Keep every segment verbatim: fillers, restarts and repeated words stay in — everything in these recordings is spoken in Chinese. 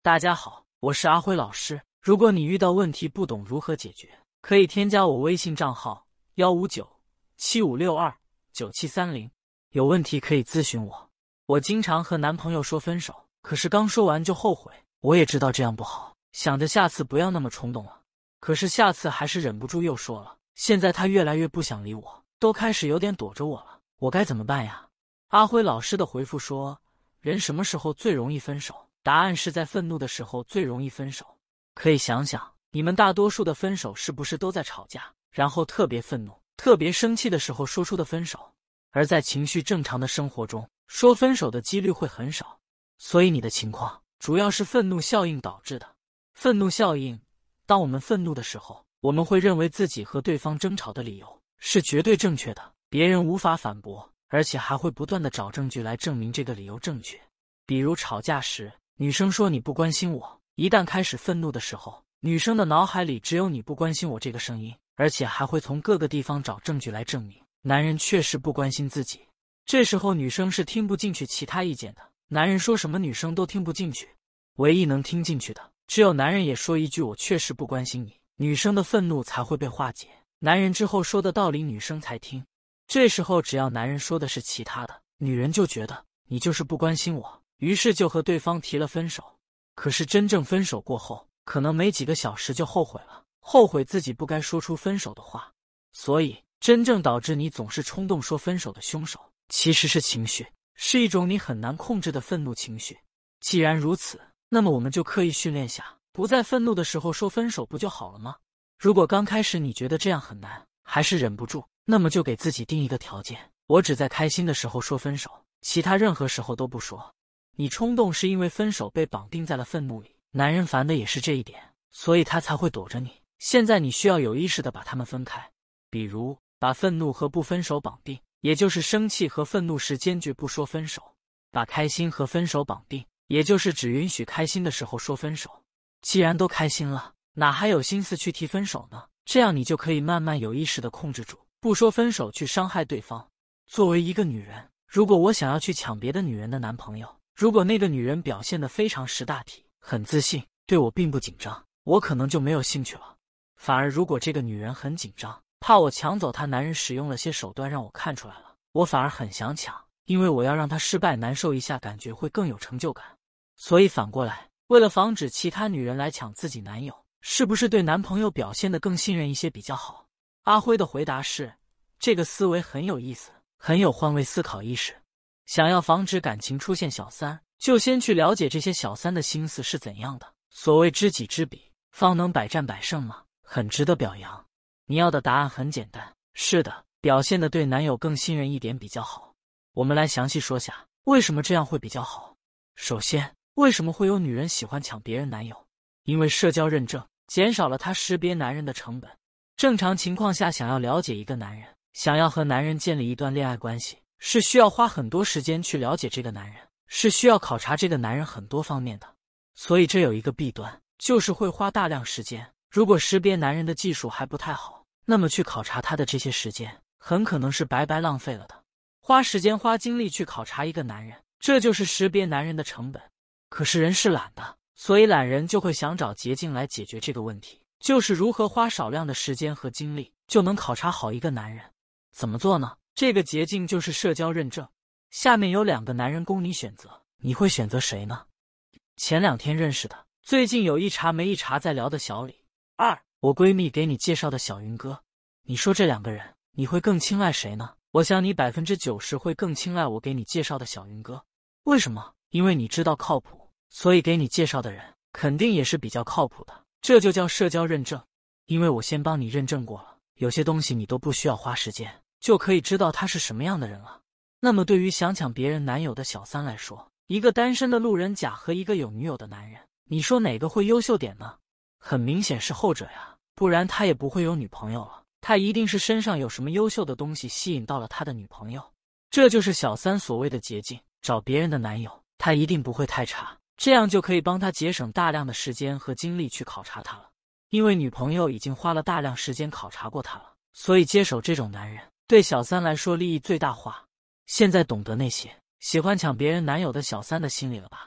大家好，我是阿辉老师。如果你遇到问题不懂如何解决，可以添加我微信账号一五九七五六二九七三零，有问题可以咨询我。我经常和男朋友说分手，可是刚说完就后悔。我也知道这样不好，想着下次不要那么冲动了，可是下次还是忍不住又说了。现在他越来越不想理我，都开始有点躲着我了，我该怎么办呀？阿辉老师的回复说，人什么时候最容易分手？答案是在愤怒的时候最容易分手。可以想想，你们大多数的分手是不是都在吵架，然后特别愤怒、特别生气的时候说出的分手？而在情绪正常的生活中，说分手的几率会很少。所以你的情况主要是愤怒效应导致的。愤怒效应，当我们愤怒的时候，我们会认为自己和对方争吵的理由是绝对正确的，别人无法反驳，而且还会不断的找证据来证明这个理由正确。比如吵架时，女生说你不关心我，一旦开始愤怒的时候，女生的脑海里只有你不关心我这个声音，而且还会从各个地方找证据来证明男人确实不关心自己。这时候女生是听不进去其他意见的，男人说什么女生都听不进去，唯一能听进去的只有男人也说一句我确实不关心你，女生的愤怒才会被化解，男人之后说的道理女生才听。这时候只要男人说的是其他的，女人就觉得你就是不关心我，于是就和对方提了分手。可是真正分手过后，可能没几个小时就后悔了，后悔自己不该说出分手的话。所以真正导致你总是冲动说分手的凶手，其实是情绪，是一种你很难控制的愤怒情绪。既然如此，那么我们就刻意训练下，不在愤怒的时候说分手不就好了吗？如果刚开始你觉得这样很难，还是忍不住，那么就给自己定一个条件，我只在开心的时候说分手，其他任何时候都不说。你冲动是因为分手被绑定在了愤怒里，男人烦的也是这一点，所以他才会躲着你。现在你需要有意识地把他们分开，比如把愤怒和不分手绑定，也就是生气和愤怒时坚决不说分手；把开心和分手绑定，也就是只允许开心的时候说分手。既然都开心了，哪还有心思去提分手呢？这样你就可以慢慢有意识地控制住，不说分手去伤害对方。作为一个女人，如果我想要去抢别的女人的男朋友，如果那个女人表现得非常识大体，很自信，对我并不紧张，我可能就没有兴趣了。反而如果这个女人很紧张，怕我抢走她男人使用了些手段让我看出来了，我反而很想抢，因为我要让她失败难受一下，感觉会更有成就感。所以反过来，为了防止其他女人来抢自己男友，是不是对男朋友表现得更信任一些比较好？阿辉的回答是，这个思维很有意思，很有换位思考意识。想要防止感情出现小三，就先去了解这些小三的心思是怎样的。所谓知己知彼，方能百战百胜嘛，很值得表扬。你要的答案很简单，是的，表现得对男友更信任一点比较好。我们来详细说下，为什么这样会比较好。首先，为什么会有女人喜欢抢别人男友？因为社交认证减少了她识别男人的成本。正常情况下，想要了解一个男人，想要和男人建立一段恋爱关系，是需要花很多时间去了解这个男人，是需要考察这个男人很多方面的。所以这有一个弊端，就是会花大量时间。如果识别男人的技术还不太好，那么去考察他的这些时间，很可能是白白浪费了的。花时间花精力去考察一个男人，这就是识别男人的成本。可是人是懒的，所以懒人就会想找捷径来解决这个问题，就是如何花少量的时间和精力就能考察好一个男人。怎么做呢？这个捷径就是社交认证。下面有两个男人供你选择，你会选择谁呢？前两天认识的，最近有一茬没一茬在聊的小李。二，我闺蜜给你介绍的小云哥。你说这两个人，你会更青睐谁呢？我想你百分之九十会更青睐我给你介绍的小云哥。为什么？因为你知道靠谱，所以给你介绍的人肯定也是比较靠谱的，这就叫社交认证。因为我先帮你认证过了，有些东西你都不需要花时间，就可以知道他是什么样的人了。那么对于想抢别人男友的小三来说，一个单身的路人甲和一个有女友的男人，你说哪个会优秀点呢？很明显是后者呀，不然他也不会有女朋友了，他一定是身上有什么优秀的东西吸引到了他的女朋友。这就是小三所谓的捷径，找别人的男友，他一定不会太差，这样就可以帮他节省大量的时间和精力去考察他了。因为女朋友已经花了大量时间考察过他了，所以接手这种男人对小三来说利益最大化。现在懂得那些喜欢抢别人男友的小三的心理了吧？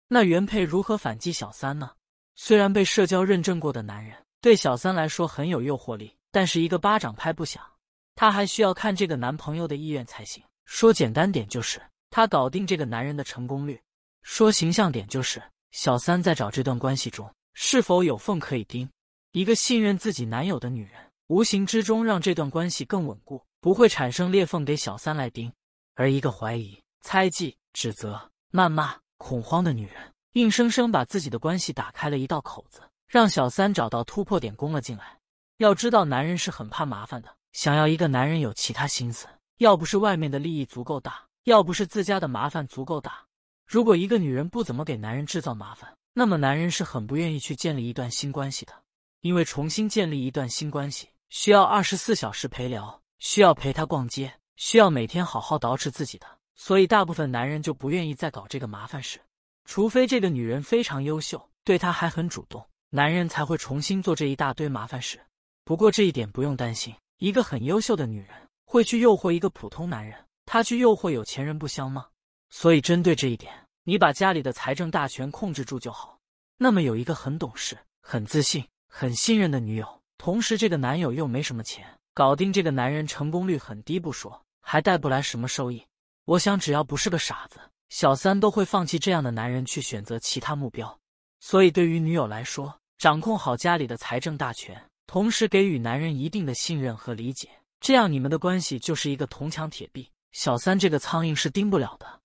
那原配如何反击小三呢？虽然被社交认证过的男人对小三来说很有诱惑力，但是一个巴掌拍不响，她还需要看这个男朋友的意愿才行。说简单点就是她搞定这个男人的成功率，说形象点就是小三在找这段关系中是否有缝可以盯。一个信任自己男友的女人，无形之中让这段关系更稳固，不会产生裂缝给小三来盯。而一个怀疑、猜忌、指责、谩骂、恐慌的女人，硬生生把自己的关系打开了一道口子，让小三找到突破点攻了进来。要知道男人是很怕麻烦的，想要一个男人有其他心思，要不是外面的利益足够大，要不是自家的麻烦足够大。如果一个女人不怎么给男人制造麻烦，那么男人是很不愿意去建立一段新关系的。因为重新建立一段新关系需要二十四小时陪聊，需要陪他逛街，需要每天好好捯饬自己的，所以大部分男人就不愿意再搞这个麻烦事。除非这个女人非常优秀，对他还很主动，男人才会重新做这一大堆麻烦事。不过这一点不用担心，一个很优秀的女人会去诱惑一个普通男人，她去诱惑有钱人不香吗？所以针对这一点，你把家里的财政大权控制住就好。那么有一个很懂事、很自信、很信任的女友，同时这个男友又没什么钱，搞定这个男人成功率很低不说，还带不来什么收益。我想只要不是个傻子，小三都会放弃这样的男人去选择其他目标。所以对于女友来说，掌控好家里的财政大权，同时给予男人一定的信任和理解，这样你们的关系就是一个铜墙铁壁，小三这个苍蝇是盯不了的。